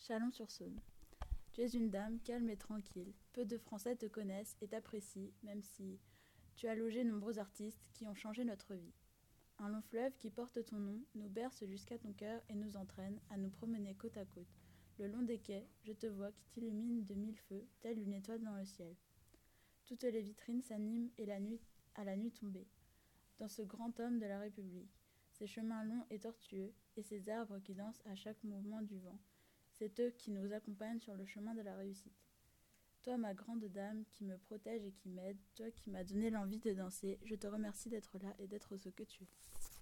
Chalon-sur-Saône. Tu es une dame calme et tranquille. Peu de Français te connaissent et t'apprécient, même si tu as logé nombreux artistes qui ont changé notre vie. Un long fleuve qui porte ton nom nous berce jusqu'à ton cœur et nous entraîne à nous promener côte à côte. Le long des quais, je te vois qui t'illumine de mille feux, telle une étoile dans le ciel. Toutes les vitrines s'animent et à la nuit tombée. Dans ce grand homme de la République, ces chemins longs et tortueux, et ces arbres qui dansent à chaque mouvement du vent, c'est eux qui nous accompagnent sur le chemin de la réussite. Toi, ma grande dame, qui me protège et qui m'aide, toi qui m'as donné l'envie de danser, je te remercie d'être là et d'être ce que tu es.